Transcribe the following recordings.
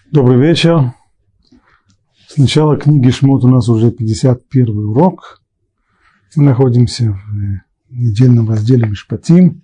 Добрый вечер. С начала книги Шмот у нас уже 51 урок. Мы находимся в недельном разделе Мишпатим.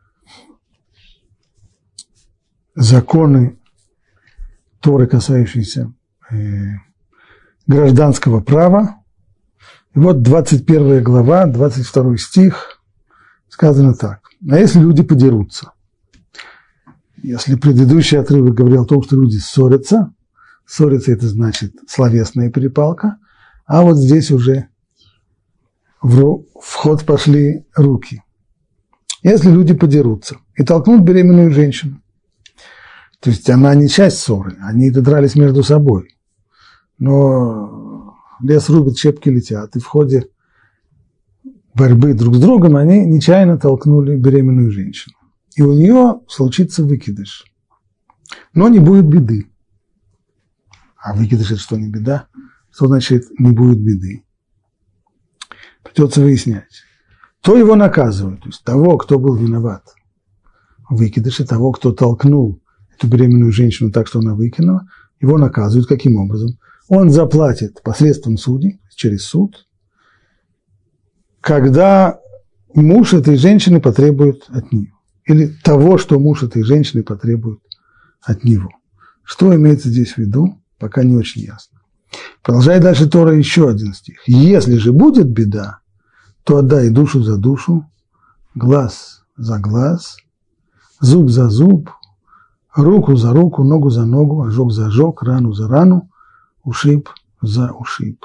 Законы Торы, касающиеся гражданского права. И вот 21 глава, 22 стих, сказано так. А если люди подерутся? Если предыдущий отрывок говорил о том, что люди ссорятся, это значит словесная перепалка, а вот здесь уже в ход пошли руки. Если люди подерутся и толкнут беременную женщину, то есть она не часть ссоры, они дрались между собой, но лес рубит, щепки летят, и в ходе борьбы друг с другом они нечаянно толкнули беременную женщину. И у нее случится выкидыш. Но не будет беды. А выкидыш – это что, не беда? Что значит «не будет беды»? Придется выяснять. То его наказывают, то есть того, кто был виноват в выкидыше, того, кто толкнул эту беременную женщину так, что она выкинула, его наказывают. Каким образом? Он заплатит посредством судей, через суд, когда муж этой женщины потребует от нее. Или того, что муж этой женщины потребует от него. Что имеется здесь в виду, пока не очень ясно. Продолжает дальше Тора еще один стих. Если же будет беда, то отдай душу за душу, глаз за глаз, зуб за зуб, руку за руку, ногу за ногу, ожог за ожог, рану за рану, ушиб за ушиб.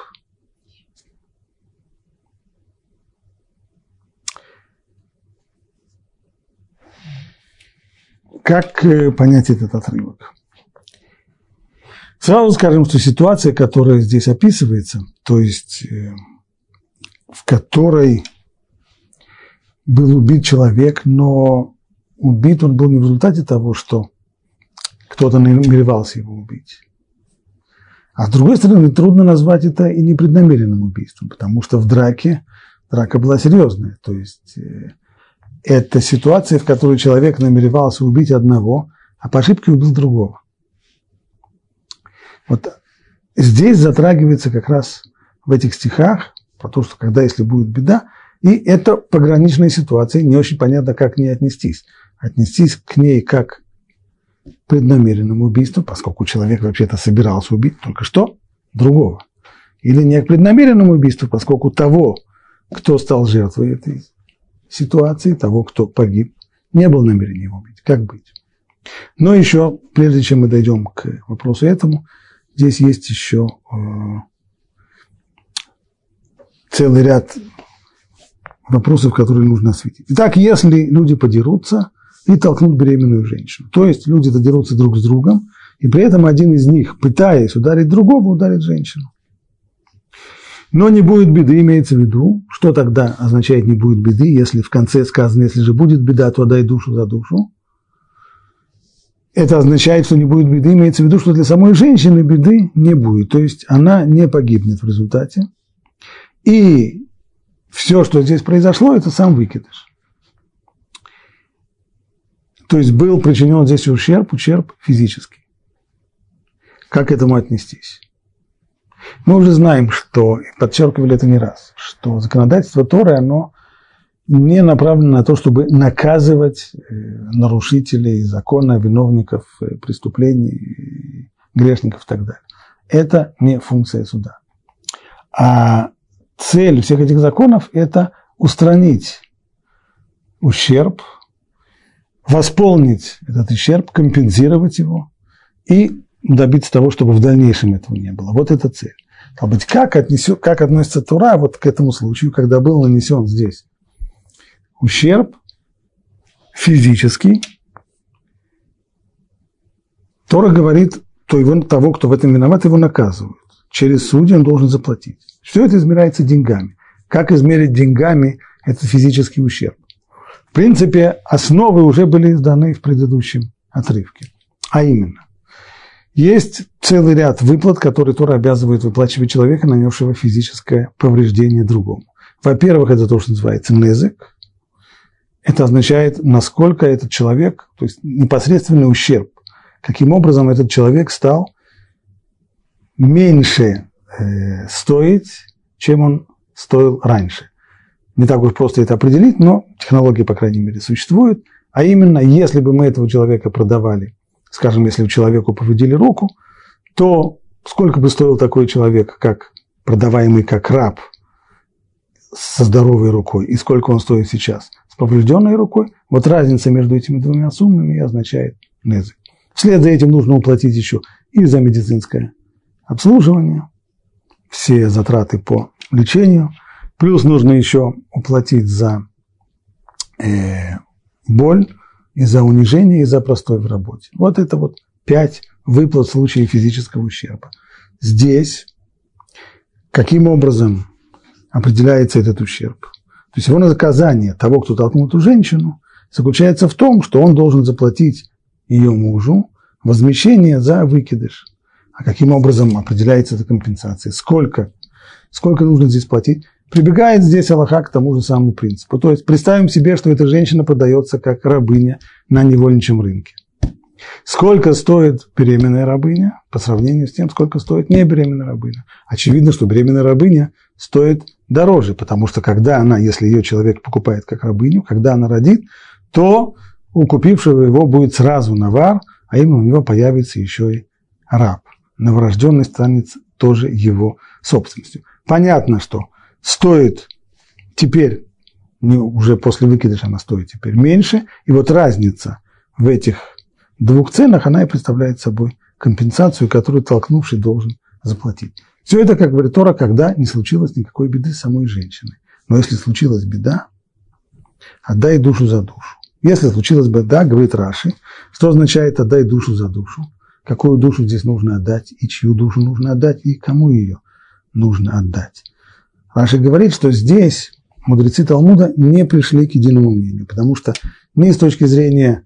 Как понять этот отрывок? Сразу скажем, что ситуация, которая здесь описывается, то есть в которой был убит человек, но убит он был не в результате того, что кто-то намеревался его убить. А с другой стороны, трудно назвать это и непреднамеренным убийством, потому что драка была серьезная, то есть это ситуация, в которой человек намеревался убить одного, а по ошибке убил другого. Вот здесь затрагивается как раз в этих стихах про то, что если будет беда, и это пограничная ситуация, не очень понятно, как к ней отнестись. Отнестись к ней как к преднамеренному убийству, поскольку человек вообще-то собирался убить только что другого. Или не к преднамеренному убийству, поскольку того, кто стал жертвой этой ситуации, того, кто погиб, не было намерения его убить. Как быть? Но еще, прежде чем мы дойдем к вопросу этому, здесь есть еще целый ряд вопросов, которые нужно осветить. Итак, если люди подерутся и толкнут беременную женщину, то есть люди дерутся друг с другом, и при этом один из них, пытаясь ударить другого, ударит женщину. Но не будет беды, имеется в виду, что тогда означает не будет беды, если в конце сказано, если же будет беда, то отдай душу за душу. Это означает, что не будет беды, имеется в виду, что для самой женщины беды не будет, то есть она не погибнет в результате. И все, что здесь произошло, это сам выкидыш. То есть был причинен здесь ущерб физический. Как к этому отнестись? Мы уже знаем, что, подчеркивали это не раз, что законодательство Торы, оно не направлено на то, чтобы наказывать нарушителей закона, виновников преступлений, грешников и так далее. Это не функция суда. А цель всех этих законов – это устранить ущерб, восполнить этот ущерб, компенсировать его и добиться того, чтобы в дальнейшем этого не было. Вот это цель. А быть, как относится Тора вот к этому случаю, когда был нанесен здесь ущерб физический, Тора говорит, того, кто в этом виноват, его наказывают. Через судьи он должен заплатить. Все это измеряется деньгами. Как измерить деньгами этот физический ущерб? В принципе, основы уже были даны в предыдущем отрывке. А именно, есть целый ряд выплат, которые Тора обязывает выплачивать человека, нанесшего физическое повреждение другому. Во-первых, это то, что называется незек. Это означает, насколько этот человек, то есть непосредственный ущерб, каким образом этот человек стал меньше стоить, чем он стоил раньше. Не так уж просто это определить, но технология, по крайней мере, существует. А именно, если бы мы этого человека продавали, скажем, если бы человеку повредили руку, то сколько бы стоил такой человек, как продаваемый как раб со здоровой рукой, и сколько он стоит сейчас с поврежденной рукой, вот разница между этими двумя суммами и означает незык. Вслед за этим нужно уплатить еще и за медицинское обслуживание, все затраты по лечению, плюс нужно еще уплатить за боль, и за унижение, и за простой в работе. Вот это вот 5 выплат в случае физического ущерба. Здесь каким образом определяется этот ущерб? То есть его наказание того, кто толкнул эту женщину, заключается в том, что он должен заплатить ее мужу возмещение за выкидыш. А каким образом определяется эта компенсация? Сколько нужно здесь платить? Прибегает здесь Аллаха к тому же самому принципу. То есть представим себе, что эта женщина продается как рабыня на невольничьем рынке. Сколько стоит беременная рабыня по сравнению с тем, сколько стоит небеременная рабыня? Очевидно, что беременная рабыня стоит дороже, потому что когда она, если ее человек покупает как рабыню, когда она родит, то у купившего его будет сразу навар, а именно у него появится еще и раб. Новорожденный станет тоже его собственностью. Понятно, что стоит теперь, уже после выкидыша она стоит теперь меньше, и вот разница в этих двух ценах, она и представляет собой компенсацию, которую толкнувший должен заплатить. Все это, как говорит Тора, когда не случилось никакой беды с самой женщиной. Но если случилась беда, отдай душу за душу. Если случилась беда, говорит Раши, что означает отдай душу за душу? Какую душу здесь нужно отдать, и чью душу нужно отдать, и кому ее нужно отдать? Раши говорит, что здесь мудрецы Талмуда не пришли к единому мнению, потому что ни с точки зрения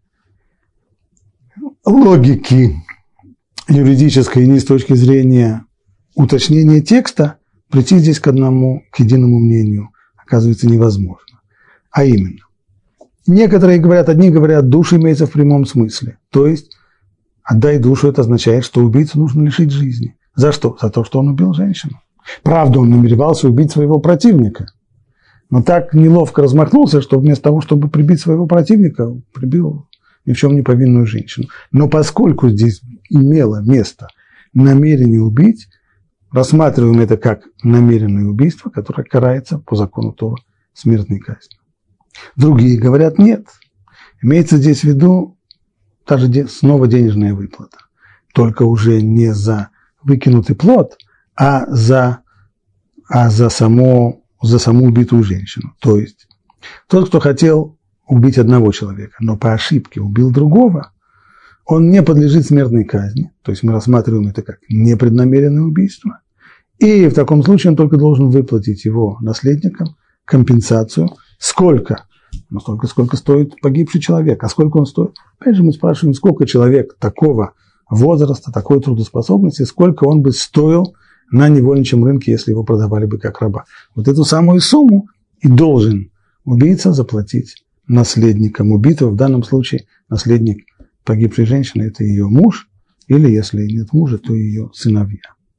логики юридической, ни с точки зрения уточнения текста прийти здесь к единому мнению оказывается невозможно. А именно, некоторые говорят, одни говорят, душа имеется в прямом смысле, то есть отдай душу, это означает, что убийцу нужно лишить жизни. За что? За то, что он убил женщину. Правда, он намеревался убить своего противника, но так неловко размахнулся, что вместо того, чтобы прибить своего противника, прибил ни в чем не повинную женщину. Но поскольку здесь имело место намерение убить, рассматриваем это как намеренное убийство, которое карается по закону Тора смертной казнью. Другие говорят, нет, имеется здесь в виду даже снова денежная выплата, только уже не за выкинутый плод, а за саму убитую женщину. То есть тот, кто хотел убить одного человека, но по ошибке убил другого, он не подлежит смертной казни. То есть мы рассматриваем это как непреднамеренное убийство. И в таком случае он только должен выплатить его наследникам компенсацию. Сколько? Ну, столько, сколько стоит погибший человек. А сколько он стоит? Опять же, мы спрашиваем, сколько человек такого возраста, такой трудоспособности, сколько он бы стоил на невольничьем рынке, если его продавали бы как раба. Вот эту самую сумму и должен убийца заплатить наследникам убитого. В данном случае наследник погибшей женщины – это ее муж, или если нет мужа, то ее сыновья.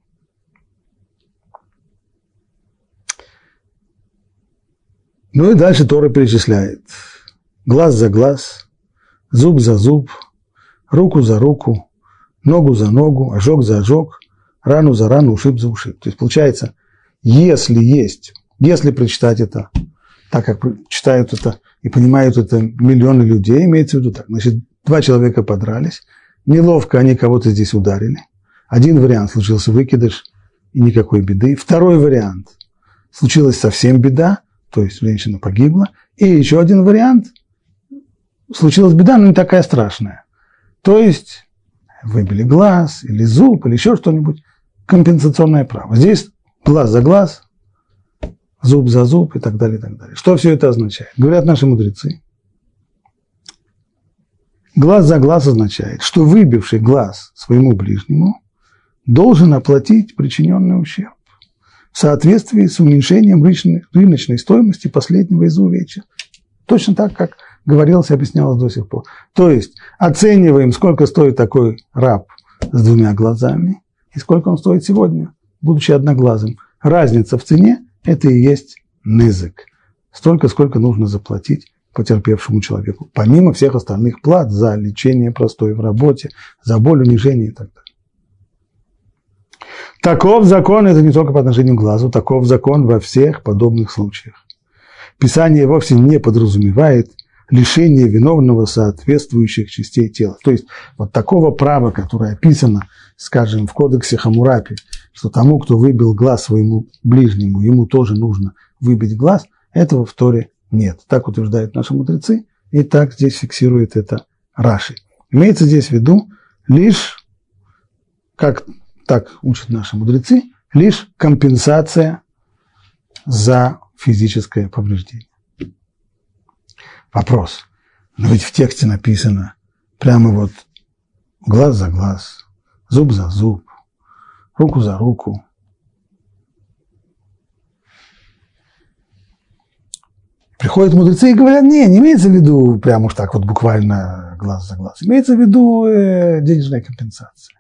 Ну и дальше Тора перечисляет. Глаз за глаз, зуб за зуб, руку за руку, ногу за ногу, ожог за ожог, рану за рану, ушиб за ушиб. То есть получается, если прочитать это, так как читают это и понимают это миллионы людей, имеется в виду так, значит, два человека подрались, неловко они кого-то здесь ударили. Один вариант, случился выкидыш и никакой беды. Второй вариант, случилась совсем беда, то есть женщина погибла. И еще один вариант, случилась беда, но не такая страшная. То есть выбили глаз или зуб или еще что-нибудь, компенсационное право. Здесь глаз за глаз, зуб за зуб и так далее, и так далее. Что все это означает? Говорят наши мудрецы. Глаз за глаз означает, что выбивший глаз своему ближнему должен оплатить причиненный ущерб в соответствии с уменьшением рыночной стоимости последнего из увечья. Точно так, как говорилось и объяснялось до сих пор. То есть оцениваем, сколько стоит такой раб с двумя глазами, и сколько он стоит сегодня, будучи одноглазым. Разница в цене – это и есть незек. Столько, сколько нужно заплатить потерпевшему человеку, помимо всех остальных плат за лечение простое в работе, за боль, унижение и так далее. Таков закон, это не только по отношению к глазу, таков закон во всех подобных случаях. Писание вовсе не подразумевает лишение виновного соответствующих частей тела. То есть вот такого права, которое описано, скажем, в кодексе Хаммурапи, что тому, кто выбил глаз своему ближнему, ему тоже нужно выбить глаз, этого в Торе нет. Так утверждают наши мудрецы, и так здесь фиксирует это Раши. Имеется здесь в виду лишь, как так учат наши мудрецы, лишь компенсация за физическое повреждение. Вопрос. Но ведь в тексте написано прямо вот глаз за глаз, зуб за зуб, руку за руку. Приходят мудрецы и говорят, не имеется в виду прямо уж так вот буквально глаз за глаз, имеется в виду денежная компенсация.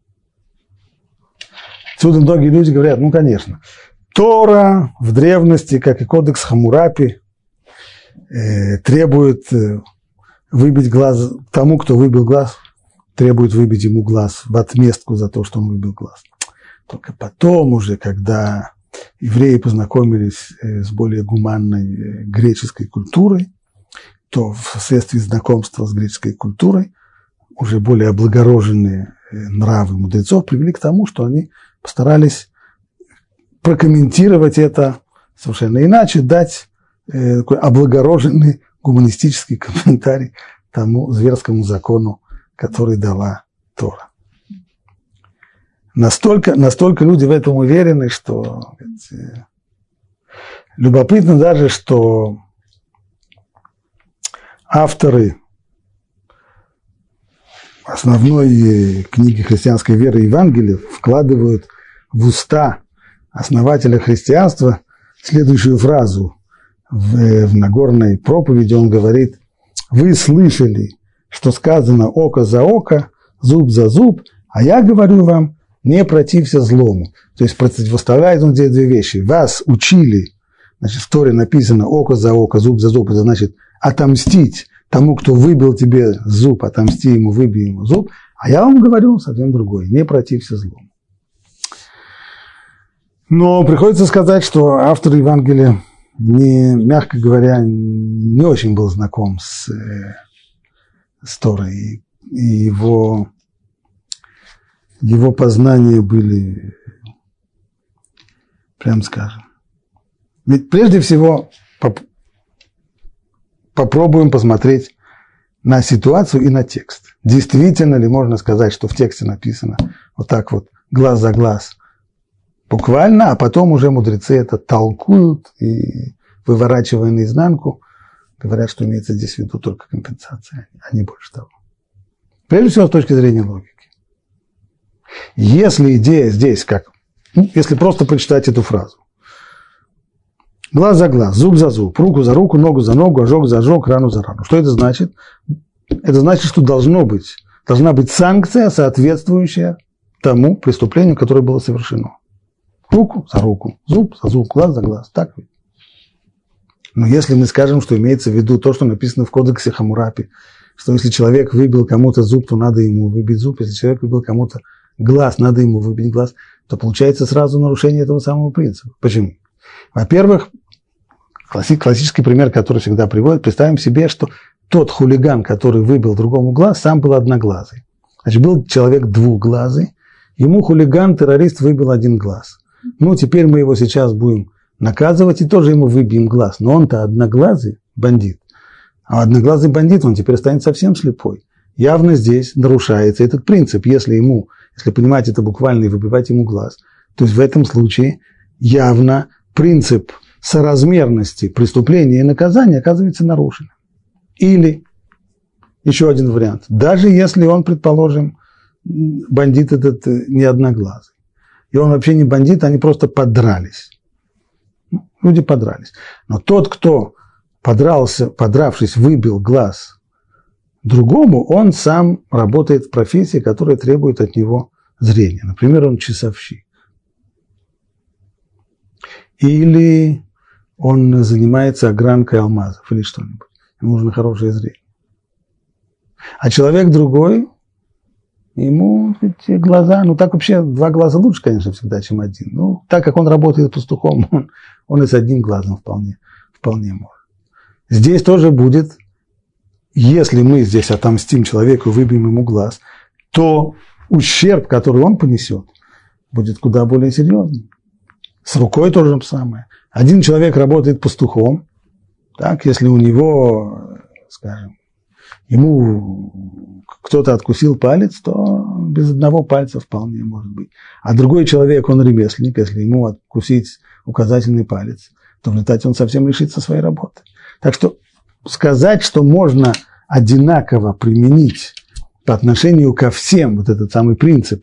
Отсюда многие люди говорят, ну, конечно, Тора в древности, как и кодекс Хаммурапи, требует выбить глаз тому, кто выбил глаз, требует выбить ему глаз в отместку за то, что он выбил глаз. Только потом уже, когда евреи познакомились с более гуманной греческой культурой, то вследствие знакомства с греческой культурой уже более облагороженные нравы мудрецов привели к тому, что они постарались прокомментировать это совершенно иначе, дать такой облагороженный гуманистический комментарий тому зверскому закону, который дала Тора. Настолько люди в этом уверены, что любопытно даже, что авторы основной книги христианской веры Евангелия вкладывают в уста основателя христианства следующую фразу. В Нагорной проповеди он говорит: вы слышали, что сказано око за око, зуб за зуб, а я говорю вам, не протився злому. То есть противоставляет он здесь две вещи. Вас учили, значит, в Торе написано око за око, зуб за зуб, это значит отомстить тому, кто выбил тебе зуб, отомсти ему, выбей ему зуб, а я вам говорю совсем другое, не протився злому. Но приходится сказать, что автор Евангелия, мягко говоря, не очень был знаком с Торой, и его познания были, прям скажем. Ведь прежде всего попробуем посмотреть на ситуацию и на текст. Действительно ли можно сказать, что в тексте написано вот так вот, глаз за глаз, буквально, а потом уже мудрецы это толкуют и, выворачивая наизнанку, говорят, что имеется здесь в виду только компенсация, а не больше того. Прежде всего, с точки зрения логики. Если идея здесь как, если просто прочитать эту фразу. Глаз за глаз, зуб за зуб, руку за руку, ногу за ногу, ожог за ожог, рану за рану. Что это значит? Это значит, что должна быть санкция, соответствующая тому преступлению, которое было совершено. Руку за руку, зуб за зуб, глаз за глаз. Так ведь? Но если мы скажем, что имеется в виду то, что написано в кодексе Хаммурапи, что если человек выбил кому-то зуб, то надо ему выбить зуб, если человек выбил кому-то глаз, надо ему выбить глаз, то получается сразу нарушение этого самого принципа. Почему? Во-первых, классический пример, который всегда приводит, представим себе, что тот хулиган, который выбил другому глаз, сам был одноглазый. Значит, был человек двухглазый, ему хулиган-террорист выбил один глаз. Ну, теперь мы его сейчас будем наказывать и тоже ему выбьем глаз. Но он-то одноглазый бандит. А одноглазый бандит, он теперь станет совсем слепой. Явно здесь нарушается этот принцип. Если понимать это буквально и выбивать ему глаз, то есть в этом случае явно принцип соразмерности преступления и наказания оказывается нарушен. Или еще один вариант. Даже если он, предположим, бандит этот не одноглазый, и он вообще не бандит, они просто подрались. Люди подрались. Но тот, кто подравшись, выбил глаз другому, он сам работает в профессии, которая требует от него зрения. Например, он часовщик. Или он занимается огранкой алмазов или что-нибудь. Ему нужно хорошее зрение. А человек другой, ему эти глаза, ну так вообще 2 глаза лучше, конечно, всегда, чем 1. Ну, так как он работает пастухом, он и с 1 глазом вполне может. Здесь тоже будет, если мы здесь отомстим человеку, выбьем ему глаз, то ущерб, который он понесет, будет куда более серьезным. С рукой то же самое. 1 человек работает пастухом, так, если у него, скажем, ему кто-то откусил палец, то без 1 пальца вполне может быть. А другой человек, он ремесленник, если ему откусить указательный палец, то в результате он совсем лишится своей работы. Так что сказать, что можно одинаково применить по отношению ко всем вот этот самый принцип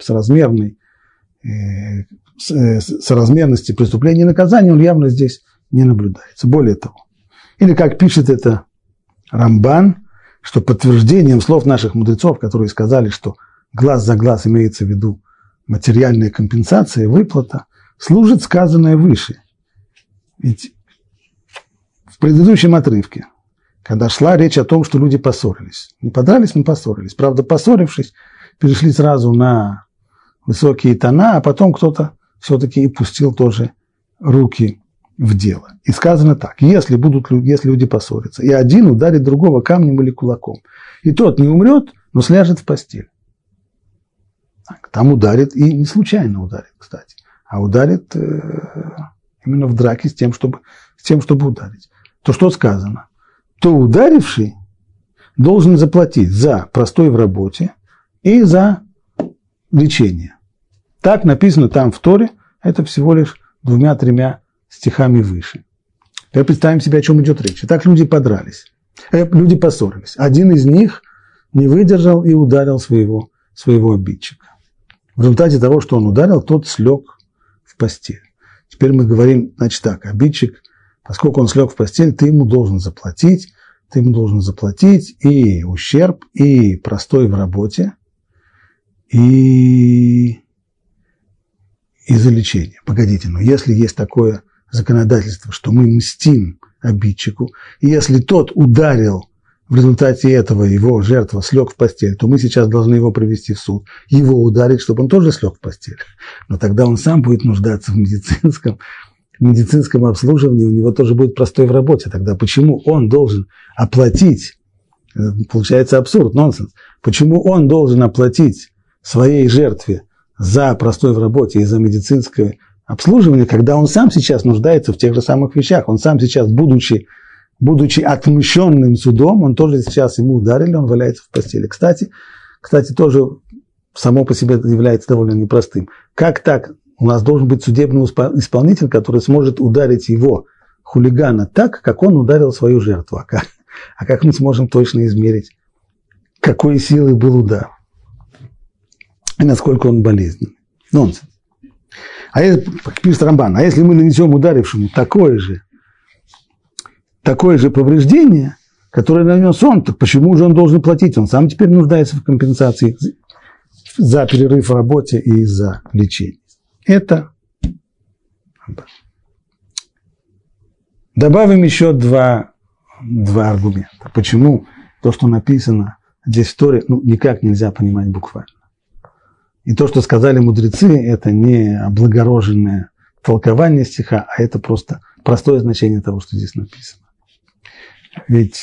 соразмерности преступления и наказания, он явно здесь не наблюдается. Более того, или как пишет это Рамбан, что подтверждением слов наших мудрецов, которые сказали, что глаз за глаз имеется в виду материальная компенсация, выплата, служит сказанное выше. Ведь в предыдущем отрывке, когда шла речь о том, что люди поссорились, не подрались, но поссорились. Правда, поссорившись, перешли сразу на высокие тона, а потом кто-то все-таки и пустил тоже руки в дело. И сказано так: если люди поссорятся, и один ударит другого камнем или кулаком, и тот не умрет, но сляжет в постель. Там ударит, и не случайно ударит, кстати, а ударит именно в драке с тем, чтобы ударить. То что сказано? То ударивший должен заплатить за простой в работе и за лечение. Так написано там в Торе, это всего лишь 2-3 стихами выше. Теперь представим себе, о чем идет речь. Итак, люди подрались, люди поссорились. Один из них не выдержал и ударил своего обидчика. В результате того, что он ударил, тот слег в постель. Теперь мы говорим, значит так, обидчик, поскольку он слег в постель, ты ему должен заплатить и ущерб, и простой в работе, и за лечение. Погодите, но если есть такое законодательство, что мы мстим обидчику, и если тот ударил, в результате этого его жертва слег в постель, то мы сейчас должны его привести в суд, его ударить, чтобы он тоже слег в постель. Но тогда он сам будет нуждаться в медицинском обслуживании, у него тоже будет простой в работе. Тогда почему он должен оплатить, получается абсурд, нонсенс, почему он должен оплатить своей жертве за простой в работе и за медицинское обслуживание, когда он сам сейчас нуждается в тех же самых вещах, он сам сейчас, будучи отмщенным судом, он тоже сейчас ему ударили, он валяется в постели. Кстати, тоже само по себе является довольно непростым. Как так? У нас должен быть судебный исполнитель, который сможет ударить его, хулигана, так, как он ударил свою жертву. А как мы сможем точно измерить, какой силы был удар? И насколько он болезненный? Нонсенс. Как пишет Рамбан, а если мы нанесем ударившему такое же повреждение, которое нанес он, то почему же он должен платить? Он сам теперь нуждается в компенсации за перерыв в работе и за лечение. Это добавим еще два аргумента. Почему то, что написано здесь в Торе, никак нельзя понимать буквально. И то, что сказали мудрецы, это не облагороженное толкование стиха, а это просто простое значение того, что здесь написано. Ведь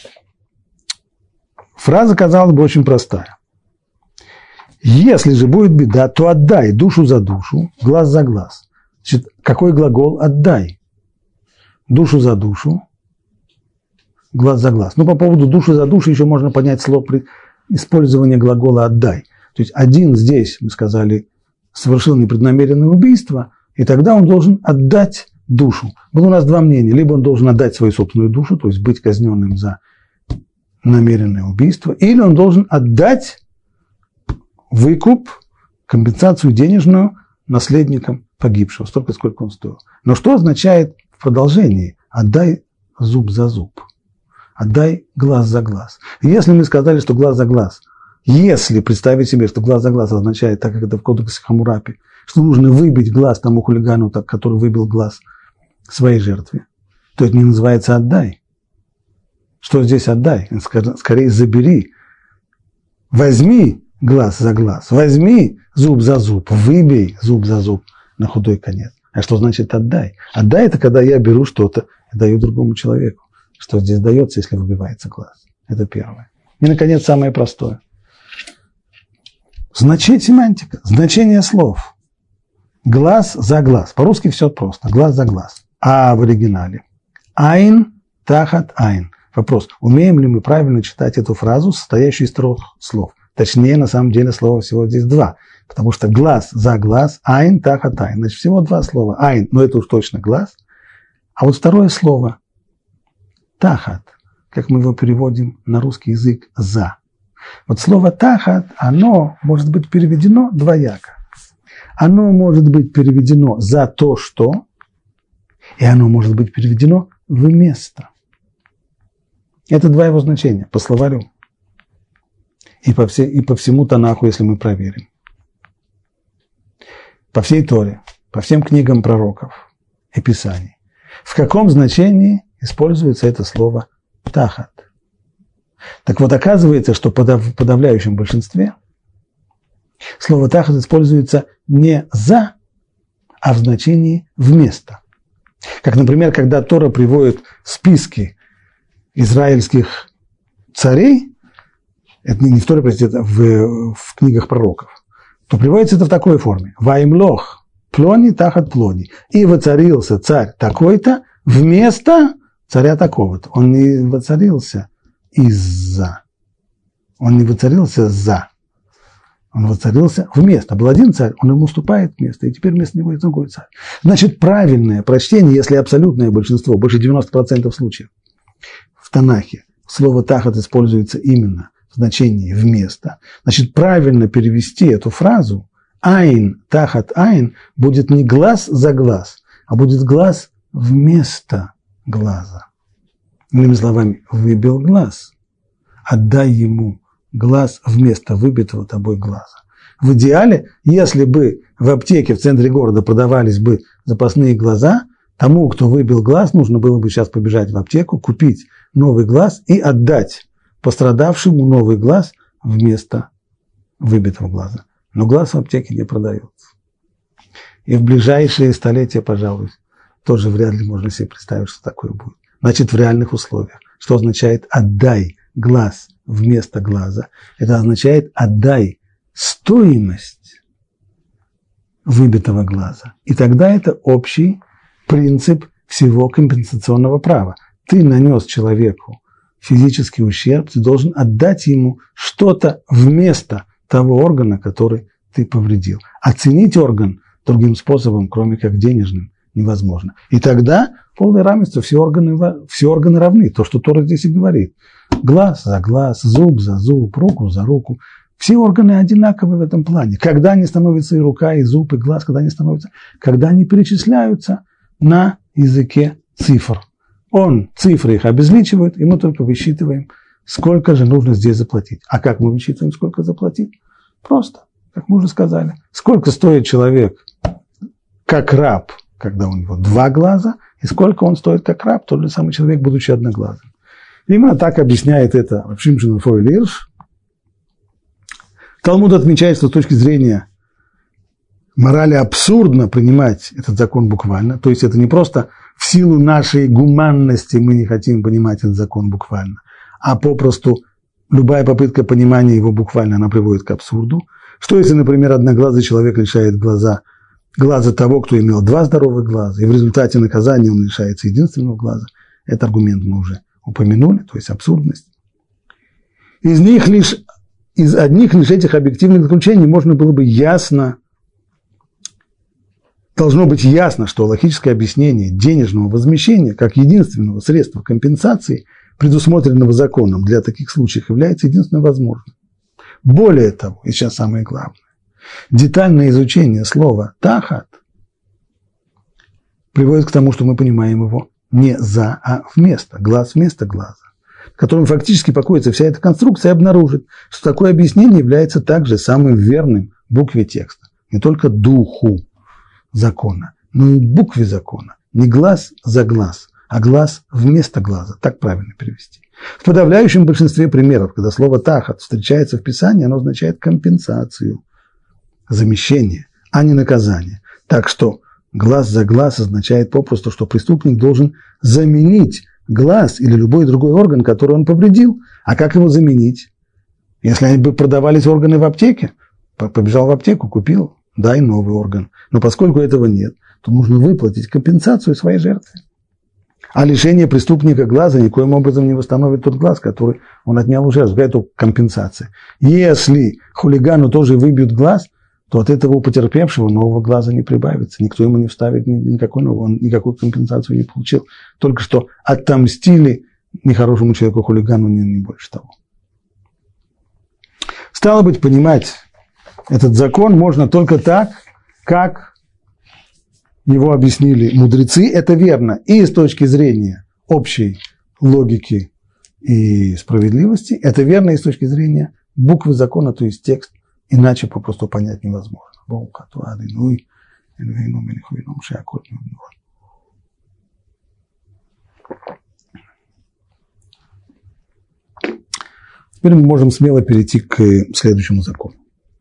фраза, казалось бы, очень простая. Если же будет беда, то отдай душу за душу, глаз за глаз. Значит, какой глагол? Отдай. Душу за душу, глаз за глаз. По поводу души за душу еще можно понять слово при использовании глагола «отдай». То есть один здесь, мы сказали, совершил непреднамеренное убийство, и тогда он должен отдать душу. Было у нас 2 мнения. Либо он должен отдать свою собственную душу, то есть быть казненным за намеренное убийство, или он должен отдать выкуп, компенсацию денежную наследникам погибшего, столько, сколько он стоил. Но что означает в продолжении «отдай зуб за зуб», «отдай глаз за глаз»? И если мы сказали, что глаз за глаз Если представить себе, что глаз за глаз означает, так как это в кодексе Хаммурапи, что нужно выбить глаз тому хулигану, который выбил глаз своей жертве, то это не называется «отдай». Что здесь «отдай»? Скорее забери. Возьми глаз за глаз, возьми зуб за зуб, выбей зуб за зуб на худой конец. А что значит «отдай»? «Отдай» – это когда я беру что-то и даю другому человеку. Что здесь дается, если выбивается глаз? Это первое. И, наконец, самое простое. Семантика, значение слов. Глаз за глаз. По-русски все просто. Глаз за глаз. А в оригинале? Айн тахат айн. Вопрос. Умеем ли мы правильно читать эту фразу, состоящую из 3 слов? Точнее, на самом деле, слова всего здесь 2. Потому что глаз за глаз, айн тахат айн. Значит, всего 2 слова. Айн, но это уж точно глаз. А вот второе слово тахат, как мы его переводим на русский язык, за. Вот слово тахат, оно может быть переведено двояко. Оно может быть переведено за то, что, и оно может быть переведено вместо. Это 2 его значения по словарю. И по всему Танаху, если мы проверим. По всей Торе, по всем книгам пророков и писаний. В каком значении используется это слово «тахат»? Так вот, оказывается, что в подавляющем большинстве слово «тахат» используется не «за», а в значении «вместо». Как, например, когда Тора приводит списки израильских царей, это не в Торе, простите, это в книгах пророков, то приводится это в такой форме. «Ваимлох плони тахат плони». И воцарился царь такой-то вместо царя такого-то. Он не воцарился из-за. Он не воцарился за. Он воцарился вместо. Был один царь, он ему уступает место, и теперь вместо него есть другой царь. Значит, правильное прочтение, если абсолютное большинство, больше 90% случаев, в Танахе слово «тахат» используется именно в значении «вместо», значит, правильно перевести эту фразу «айн тахат айн» будет не глаз за глаз, а будет глаз вместо глаза. Иными словами, выбил глаз, отдай ему глаз вместо выбитого тобой глаза. В идеале, если бы в аптеке в центре города продавались бы запасные глаза, тому, кто выбил глаз, нужно было бы сейчас побежать в аптеку, купить новый глаз и отдать пострадавшему новый глаз вместо выбитого глаза. Но глаз в аптеке не продается. И в ближайшие столетия, пожалуй, тоже вряд ли можно себе представить, что такое будет. Значит, в реальных условиях. Что означает «отдай глаз вместо глаза»? Это означает «отдай стоимость выбитого глаза». И тогда это общий принцип всего компенсационного права. Ты нанес человеку физический ущерб, ты должен отдать ему что-то вместо того органа, который ты повредил. Оценить орган другим способом, кроме как денежным, невозможно. И тогда полное равенство, все органы равны. То, что Тора здесь и говорит. Глаз за глаз, зуб за зуб, руку за руку. Все органы одинаковы в этом плане. Когда они становятся и рука, и зуб, и глаз, когда они перечисляются на языке цифр. Он цифры их обезличивает, и мы только высчитываем, сколько же нужно здесь заплатить. А как мы высчитываем, сколько заплатить? Просто, как мы уже сказали. Сколько стоит человек как раб, когда у него 2 глаза, и сколько он стоит как раб, тот же самый человек, будучи одноглазым. Именно так объясняет это Шимшон Рифаэль Ирш. Талмуд отмечает, что с точки зрения морали абсурдно принимать этот закон буквально, то есть это не просто в силу нашей гуманности мы не хотим понимать этот закон буквально, а попросту любая попытка понимания его буквально, она приводит к абсурду. Что если, например, одноглазый человек лишает глаза того, кто имел 2 здоровых глаза, и в результате наказания он лишается единственного глаза? Этот аргумент мы уже упомянули, то есть абсурдность. Из одних лишь этих объективных заключений можно было бы должно быть ясно, что логическое объяснение денежного возмещения как единственного средства компенсации, предусмотренного законом для таких случаев, является единственно возможным. Более того, и сейчас самое главное, детальное изучение слова «тахат» приводит к тому, что мы понимаем его не «за», а вместо, глаз вместо глаза. котором фактически покоится вся эта конструкция, обнаружит, что такое объяснение является также самым верным букве текста. Не только духу закона, но и букве закона. Не глаз за глаз, а глаз вместо глаза. Так правильно перевести. В подавляющем большинстве примеров, когда слово «тахат» встречается в Писании, оно означает компенсацию, замещение, а не наказание. Так что глаз за глаз означает попросту, что преступник должен заменить глаз или любой другой орган, который он повредил. А как его заменить? Если они бы продавались органы в аптеке, побежал в аптеку, купил, дай новый орган. Но поскольку этого нет, то нужно выплатить компенсацию своей жертве. А лишение преступника глаза никоим образом не восстановит тот глаз, который он отнял у жертвы. Это компенсация. Если хулигану тоже выбьют глаз, то от этого у потерпевшего нового глаза не прибавится. Никто ему не вставит никакой нового, он никакую компенсацию не получил. Только что отомстили нехорошему человеку, хулигану, не больше того. Стало быть, понимать этот закон можно только так, как его объяснили мудрецы. Это верно и с точки зрения общей логики и справедливости, это верно и с точки зрения буквы закона, то есть текст. Иначе попросту понять невозможно. Теперь мы можем смело перейти к следующему закону.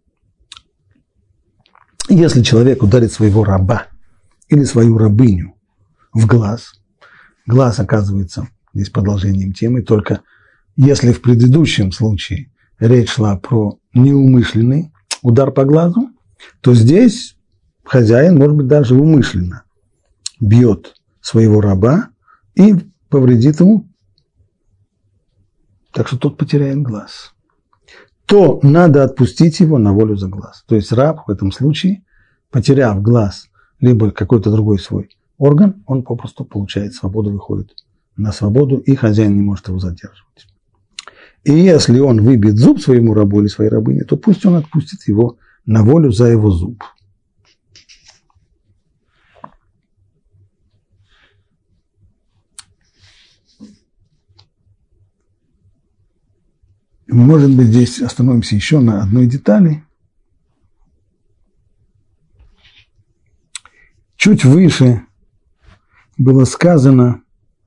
Если человек ударит своего раба или свою рабыню в глаз, глаз оказывается здесь продолжением темы, только если в предыдущем случае речь шла про неумышленный удар по глазу, то здесь хозяин, может быть, даже умышленно бьет своего раба и повредит ему, так что тот потеряет глаз. То надо отпустить его на волю за глаз. То есть раб в этом случае, потеряв глаз, либо какой-то другой свой орган, он попросту получает свободу, выходит на свободу, и хозяин не может его задерживать. И если он выбьет зуб своему рабу или своей рабыне, то пусть он отпустит его на волю за его зуб. Может быть, здесь остановимся еще на одной детали. Чуть выше было сказано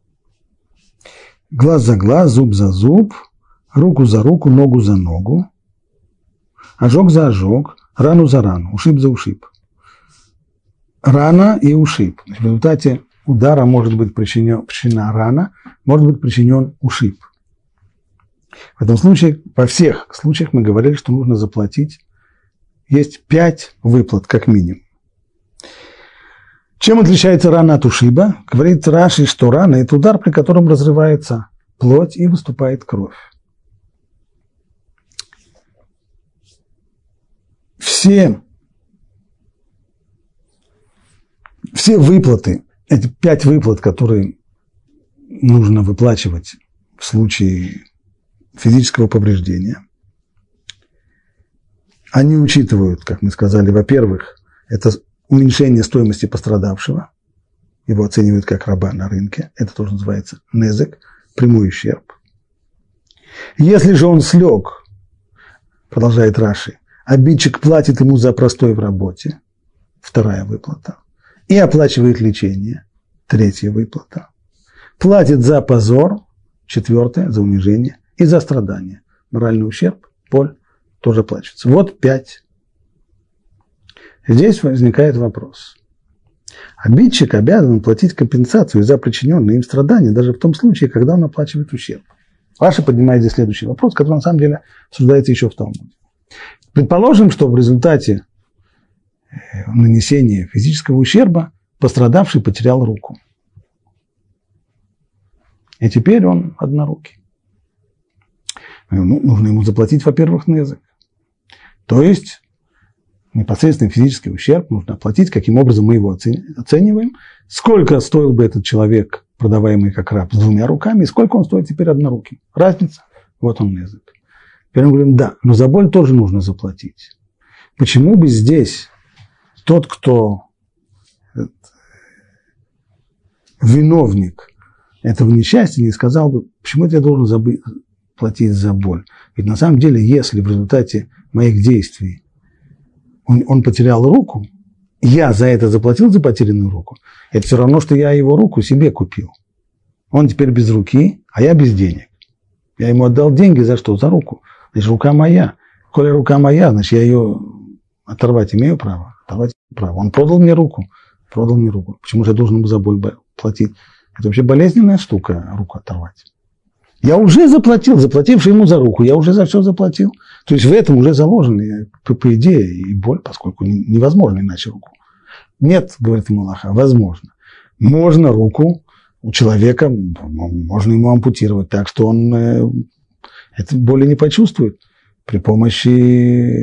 глаз за глаз, зуб за зуб, руку за руку, ногу за ногу, ожог за ожог, рану за рану, ушиб за ушиб. Рана и ушиб. В результате удара может быть причинена рана, может быть причинен ушиб. В этом случае, во всех случаях мы говорили, что нужно заплатить. Есть 5 выплат, как минимум. Чем отличается рана от ушиба? Говорит Раши, что рана – это удар, при котором разрывается плоть и выступает кровь. Все выплаты, эти 5 выплат, которые нужно выплачивать в случае физического повреждения, они учитывают, как мы сказали, во-первых, это уменьшение стоимости пострадавшего, его оценивают как раба на рынке, это тоже называется незек, прямой ущерб. Если же он слег, продолжает Раши, обидчик платит ему за простой в работе, 2 выплата, и оплачивает лечение, 3 выплата, платит за позор, 4 за унижение, и за страдания. Моральный ущерб, боль тоже оплачивается. Вот 5. Здесь возникает вопрос. Обидчик обязан платить компенсацию за причиненные им страдания, даже в том случае, когда он оплачивает ущерб. Раша поднимает здесь следующий вопрос, который на самом деле обсуждается еще в Талмуде. Предположим, что в результате нанесения физического ущерба пострадавший потерял руку. И теперь он однорукий. Нужно ему заплатить, во-первых, незек. То есть непосредственный физический ущерб нужно оплатить. Каким образом мы его оцениваем? Сколько стоил бы этот человек, продаваемый как раб, с 2 руками, и сколько он стоит теперь одноруким? Разница. Вот он незек. Теперь мы говорим, да, но за боль тоже нужно заплатить. Почему бы здесь тот, кто виновник этого несчастья, не сказал бы, почему это я должен платить за боль. Ведь на самом деле, если в результате моих действий он потерял руку, я за это заплатил за потерянную руку, это все равно, что я его руку себе купил. Он теперь без руки, а я без денег. Я ему отдал деньги за что? За руку. Значит, рука моя. Коли рука моя, значит, я ее оторвать имею право. Он продал мне руку. Почему же я должен ему за боль платить? Это вообще болезненная штука, руку оторвать. Я уже заплатил, заплативший ему за руку, я уже за все заплатил. То есть в этом уже заложена, по идее, и боль, поскольку невозможно иначе руку. Нет, говорит ему Аллаха, возможно. Можно руку у человека, можно ему ампутировать так, что он это боли не почувствует при помощи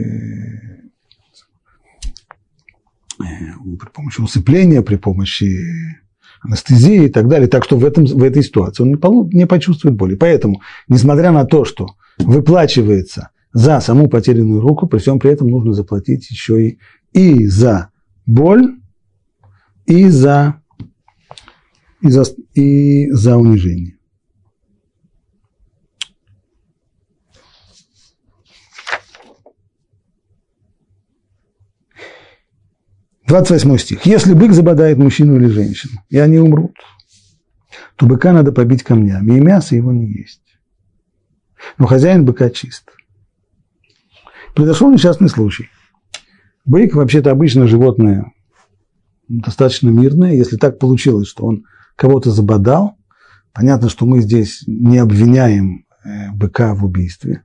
усыпления, при помощи анестезии и так далее. Так что в этой ситуации он не почувствует боли. Поэтому, несмотря на то, что выплачивается за саму потерянную руку, при всем при этом нужно заплатить еще и за боль, и за унижение. Двадцать 28 стих. Если бык забодает мужчину или женщину, и они умрут, то быка надо побить камнями, и мясо его не есть. Но хозяин быка чист. Произошел несчастный случай. Бык вообще-то обычно животное достаточно мирное. Если так получилось, что он кого-то забодал, понятно, что мы здесь не обвиняем быка в убийстве.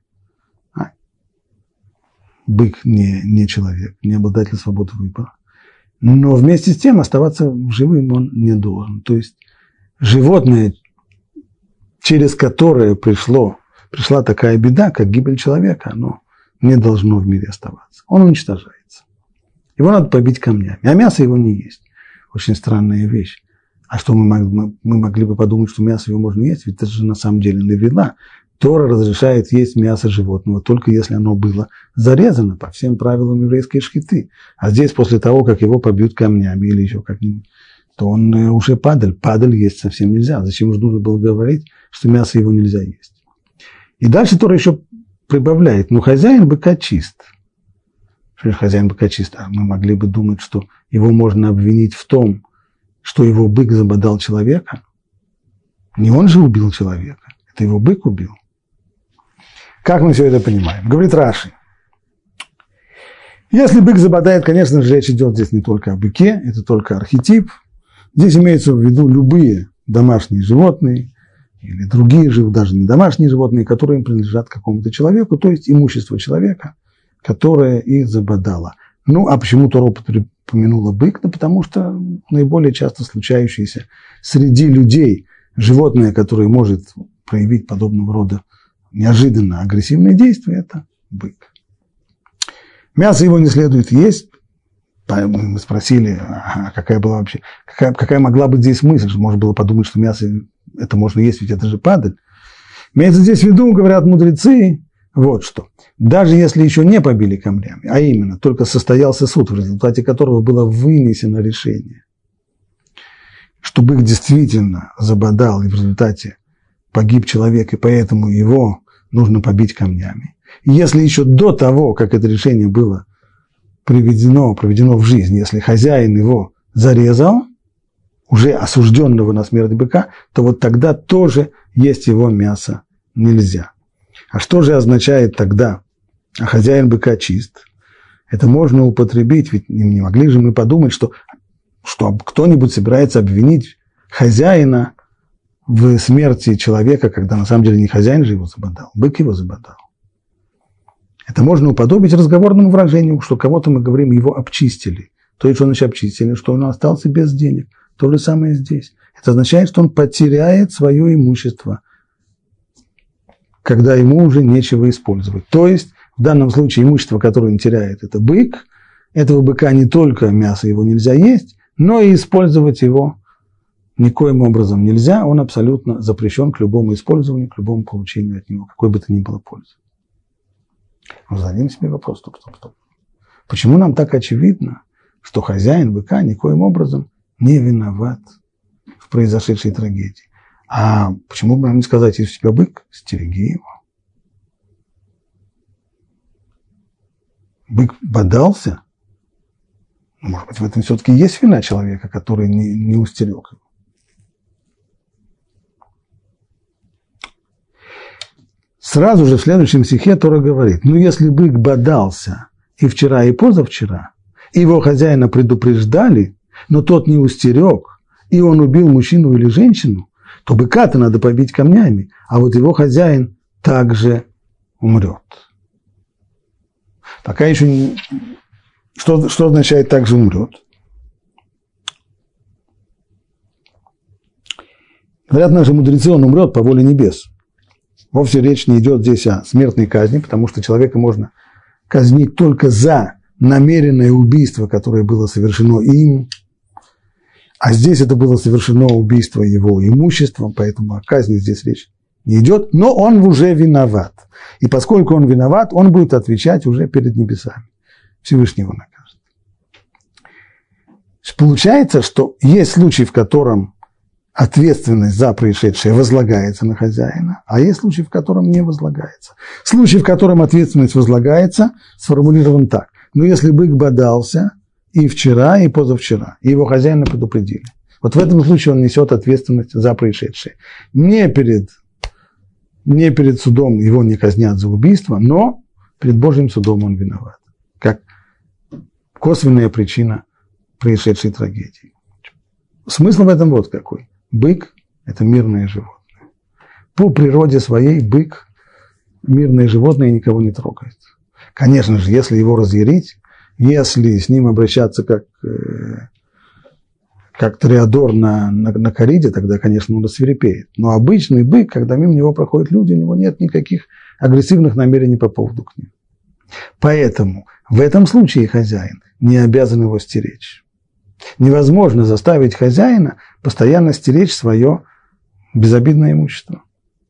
Бык не человек, не обладатель свободы выбора. Но вместе с тем оставаться живым он не должен. То есть животное, через которое пришла такая беда, как гибель человека, оно не должно в мире оставаться. Он уничтожается. Его надо побить камнями, а мясо его не есть. Очень странная вещь. А что мы могли бы подумать, что мясо его можно есть? Ведь это же на самом деле навела. Тора разрешает есть мясо животного, только если оно было зарезано по всем правилам еврейской шхиты. А здесь, после того, как его побьют камнями или еще как-нибудь, то он уже падаль. Падаль есть совсем нельзя. Зачем же нужно было говорить, что мясо его нельзя есть? И дальше Тора еще прибавляет, хозяин быка чист. Что же хозяин быка чист? А мы могли бы думать, что его можно обвинить в том, что его бык забодал человека. Не он же убил человека, это его бык убил. Как мы все это понимаем? Говорит Раши. Если бык забодает, конечно же, речь идет здесь не только о быке, это только архетип. Здесь имеются в виду любые домашние животные или другие, даже не домашние животные, которые принадлежат какому-то человеку, то есть имущество человека, которое их забодало. А почему Тора упомянула бык? Потому что наиболее часто случающееся среди людей животное, которое может проявить подобного рода неожиданно агрессивные действия, это бык. Мясо его не следует есть. Мы спросили, какая могла быть здесь мысль, что можно было подумать, что мясо это можно есть, ведь это же падаль. Имеется здесь в виду, говорят мудрецы, вот что. Даже если еще не побили камнями, а именно только состоялся суд, в результате которого было вынесено решение, что бык действительно забодал, и в результате погиб человек, и поэтому его нужно побить камнями. И если еще до того, как это решение было проведено в жизнь, если хозяин его зарезал, уже осужденного на смерть быка, то вот тогда тоже есть его мясо нельзя. А что же означает тогда, а хозяин быка чист? Это можно употребить, ведь не могли же мы подумать, что кто-нибудь собирается обвинить хозяина в смерти человека, когда на самом деле не хозяин же его забодал, бык его забодал. Это можно уподобить разговорному выражению, что кого-то мы говорим, его обчистили. То есть, что значит обчистили, что он остался без денег. То же самое здесь. Это означает, что он потеряет свое имущество, когда ему уже нечего использовать. То есть, в данном случае имущество, которое он теряет, это бык. Этого быка не только мясо его нельзя есть, но и использовать его никоим образом нельзя. Он абсолютно запрещен к любому использованию, к любому получению от него, какой бы то ни было пользы. Но зададим себе вопрос, стоп. Почему нам так очевидно, что хозяин быка никоим образом не виноват в произошедшей трагедии? А почему бы нам не сказать, если у тебя бык, стереги его. Бык бодался. Может быть, в этом все-таки есть вина человека, который не устерег его. Сразу же в следующем стихе Тора говорит, ну если бык бодался и вчера, и позавчера, и его хозяина предупреждали, но тот не устерег, и он убил мужчину или женщину, то быка-то надо побить камнями, а вот его хозяин также умрет. Пока еще не... Что означает также умрет? Говорят наши мудрецы, он умрет по воле небес. Вовсе речь не идет здесь о смертной казни, потому что человека можно казнить только за намеренное убийство, которое было совершено им. А здесь это было совершено убийство его имуществом, поэтому о казни здесь речь не идет. Но он уже виноват. И поскольку он виноват, он будет отвечать уже перед небесами. Всевышний его накажет. Получается, что есть случай, в котором ответственность за происшедшее возлагается на хозяина, а есть случай, в котором не возлагается. Случай, в котором ответственность возлагается, сформулирован так. Но если бык бодался и вчера, и позавчера, и его хозяина предупредили, вот в этом случае он несет ответственность за происшедшее. Не перед судом его не казнят за убийство, но перед Божьим судом он виноват. Как косвенная причина происшедшей трагедии. Смысл в этом вот какой. Бык – это мирное животное. По природе своей бык – мирное животное и никого не трогает. Конечно же, если его разъярить, если с ним обращаться как тореадор на кориде, тогда, конечно, он рассвирепеет. Но обычный бык, когда мимо него проходят люди, у него нет никаких агрессивных намерений по поводу к ним. Поэтому в этом случае хозяин не обязан его стеречь. Невозможно заставить хозяина постоянно стеречь свое безобидное имущество.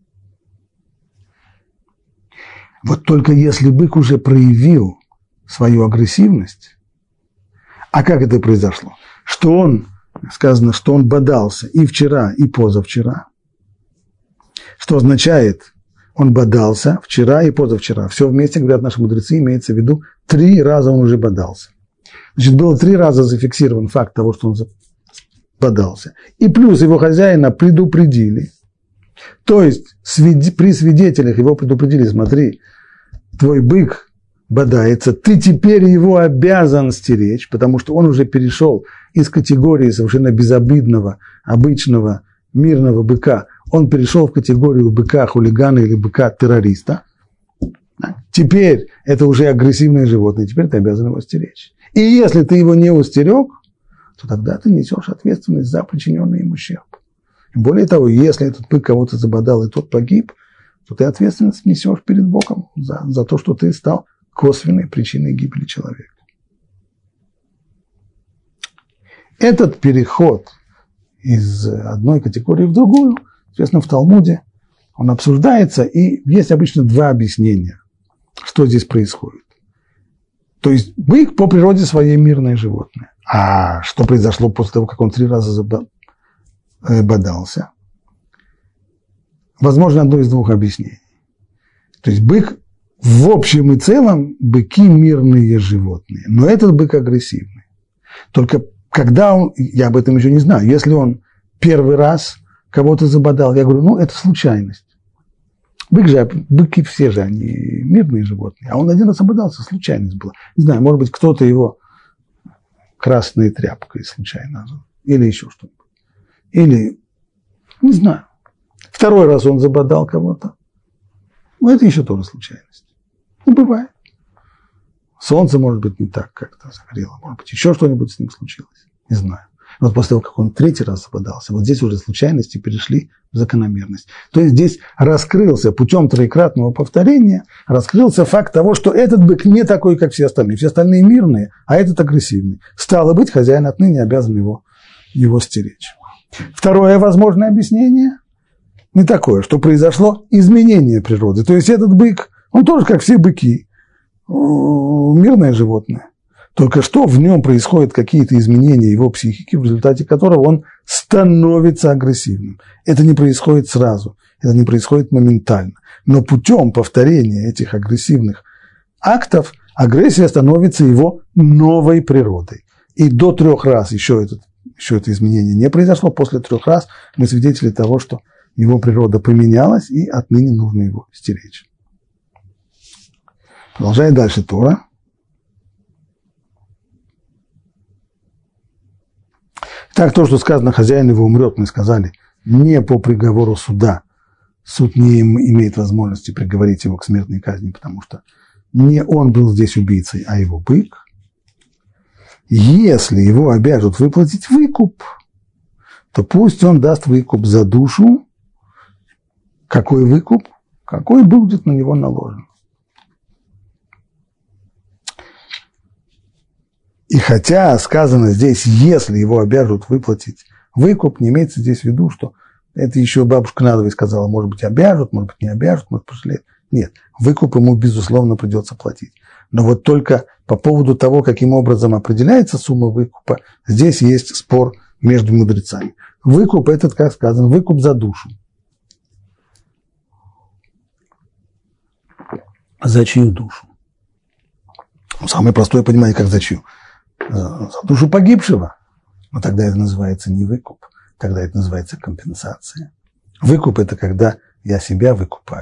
Вот только если бык уже проявил свою агрессивность, а как это произошло? Сказано, что он бодался и вчера, и позавчера. Что означает, он бодался вчера и позавчера. Все вместе, говорят наши мудрецы, имеется в виду, 3 раза он уже бодался. Значит, было 3 раза зафиксирован факт того, что он бодался. И плюс его хозяина предупредили. То есть при свидетелях его предупредили, смотри, твой бык бодается, ты теперь его обязан стеречь, потому что он уже перешел из категории совершенно безобидного, обычного, мирного быка, он перешел в категорию быка-хулигана или быка-террориста. Теперь это уже агрессивное животное, теперь ты обязан его стеречь. И если ты его не устерег, то тогда ты несешь ответственность за причиненный ему ущерб. Более того, если этот бык кого-то забодал и тот погиб, то ты ответственность несешь перед Богом за то, что ты стал косвенной причиной гибели человека. Этот переход из одной категории в другую, соответственно, в Талмуде он обсуждается, и есть обычно 2 объяснения, что здесь происходит. То есть бык по природе своей мирное животное. А что произошло после того, как он 3 раза бодался? Возможно, одно из 2 объяснений. То есть бык в общем и целом быки мирные животные, но этот бык агрессивный. Только когда он, я об этом еще не знаю, если он первый раз кого-то забодал, я говорю, это случайность. Быки все же, они мирные животные, а он 1 раз ободался, случайность была. Не знаю, может быть, кто-то его красной тряпкой случайно, или еще что-нибудь. Или, не знаю, 2 раз он забодал кого-то. Это еще тоже случайность. Бывает. Солнце, может быть, не так как-то загорело, может быть, еще что-нибудь с ним случилось. Не знаю. Но после того, как он 3 раз забодался, вот здесь уже случайности перешли в закономерность. То есть здесь раскрылся путем 3-кратного повторения, раскрылся факт того, что этот бык не такой, как все остальные. Все остальные мирные, а этот агрессивный. Стало быть, хозяин отныне обязан его стеречь. Второе возможное объяснение не такое, что произошло изменение природы. То есть этот бык, он тоже, как все быки, мирное животное. Только что в нем происходят какие-то изменения его психики, в результате которого он становится агрессивным. Это не происходит сразу, это не происходит моментально. Но путем повторения этих агрессивных актов агрессия становится его новой природой. И до 3 раз еще это изменение не произошло. После 3 раз мы свидетели того, что его природа поменялась, и отныне нужно его стеречь. Продолжает дальше Тора. Так, то, что сказано, хозяин его умрет, мы сказали, не по приговору суда. Суд не имеет возможности приговорить его к смертной казни, потому что не он был здесь убийцей, а его бык. Если его обяжут выплатить выкуп, то пусть он даст выкуп за душу. Какой выкуп? Какой будет на него наложен. И хотя сказано здесь, если его обяжут выплатить выкуп, не имеется здесь в виду, что это еще бабушка надвое сказала, может быть, обяжут, может быть, не обяжут, может, пожалеют. Нет, выкуп ему, безусловно, придется платить. Но вот только по поводу того, каким образом определяется сумма выкупа, здесь есть спор между мудрецами. Выкуп этот, как сказано, выкуп за душу. За чью душу? Самое простое понимание, как за чью? За душу погибшего. Но тогда это называется не выкуп, тогда это называется компенсация. Выкуп – это когда я себя выкупаю.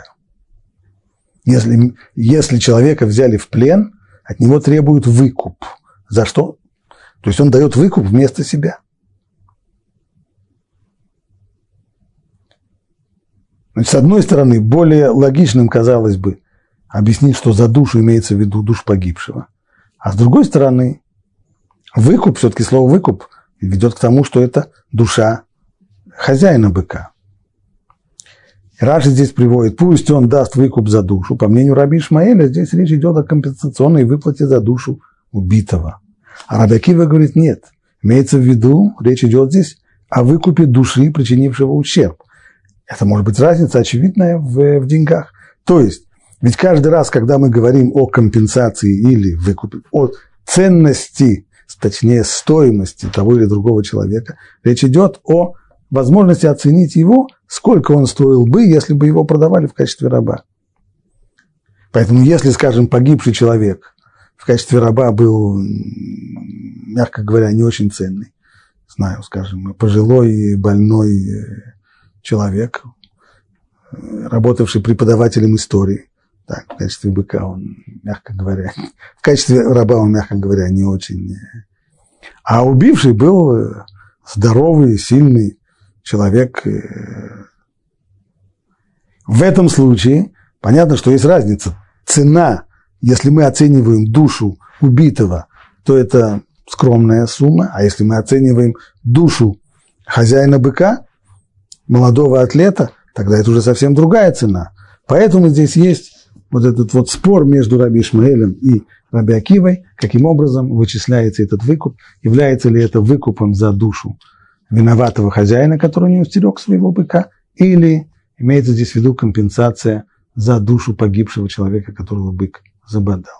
Если человека взяли в плен, от него требуют выкуп. За что? То есть он дает выкуп вместо себя. Значит, с одной стороны, более логичным казалось бы объяснить, что за душу имеется в виду душу погибшего. А с другой стороны, выкуп, все-таки слово «выкуп» ведет к тому, что это душа хозяина быка. Раши здесь приводит, пусть он даст выкуп за душу. По мнению раби Ишмаэля, здесь речь идет о компенсационной выплате за душу убитого. А раби Акива говорит, нет, имеется в виду, речь идет здесь о выкупе души, причинившего ущерб. Это может быть разница очевидная в деньгах. То есть, ведь каждый раз, когда мы говорим о компенсации или выкупе, о ценности, точнее стоимости того или другого человека, речь идет о возможности оценить его, сколько он стоил бы, если бы его продавали в качестве раба. Поэтому, если, скажем, погибший человек в качестве раба был, мягко говоря, не очень ценный, знаю, скажем, пожилой, больной человек, работавший преподавателем истории, так, в качестве быка он, мягко говоря, в качестве раба он, мягко говоря, не очень. А убивший был здоровый, сильный человек. В этом случае понятно, что есть разница. Цена, если мы оцениваем душу убитого, то это скромная сумма, а если мы оцениваем душу хозяина быка, молодого атлета, тогда это уже совсем другая цена. Поэтому здесь есть вот этот вот спор между раби Ишмаэлем и раби Акивой, каким образом вычисляется этот выкуп, является ли это выкупом за душу виноватого хозяина, который не устерег своего быка, или имеется здесь в виду компенсация за душу погибшего человека, которого бык забодал.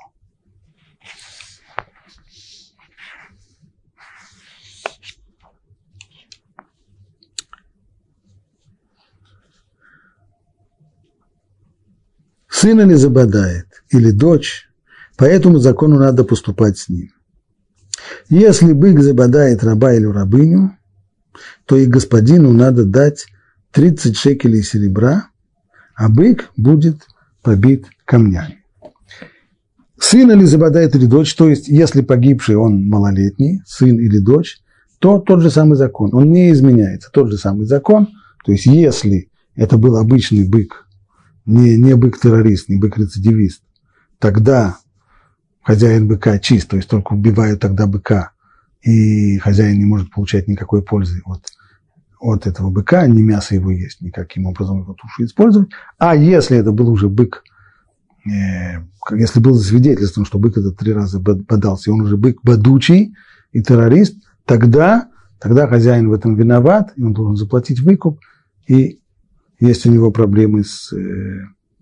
Сына ли забодает, или дочь, по этому закону надо поступать с ним. Если бык забодает раба или рабыню, то и господину надо дать 30 шекелей серебра, а бык будет побит камнями. Сын или забодает, или дочь, то есть, если погибший он малолетний, сын или дочь, то тот же самый закон, он не изменяется, тот же самый закон, то есть, если это был обычный бык, не бык-террорист, не бык-рецидивист, тогда хозяин быка чист, то есть только убивают тогда быка, и хозяин не может получать никакой пользы от этого быка, не мясо его есть, никаким образом его тушу использовать. А если это был уже бык, если было свидетельством, что бык этот 3 раза бодался, и он уже бык бодучий и террорист, тогда хозяин в этом виноват, и он должен заплатить выкуп, и есть у него проблемы с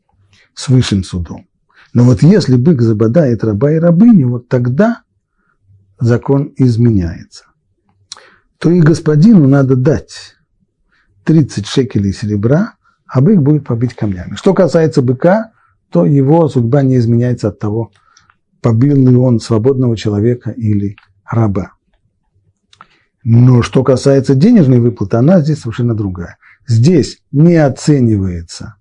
высшим судом. Но вот если бык забодает раба и рабыню, вот тогда закон изменяется, то и господину надо дать 30 шекелей серебра, а бык будет побить камнями. Что касается быка, то его судьба не изменяется от того, побил ли он свободного человека или раба. Но что касается денежной выплаты, она здесь совершенно другая. Здесь не оценивается,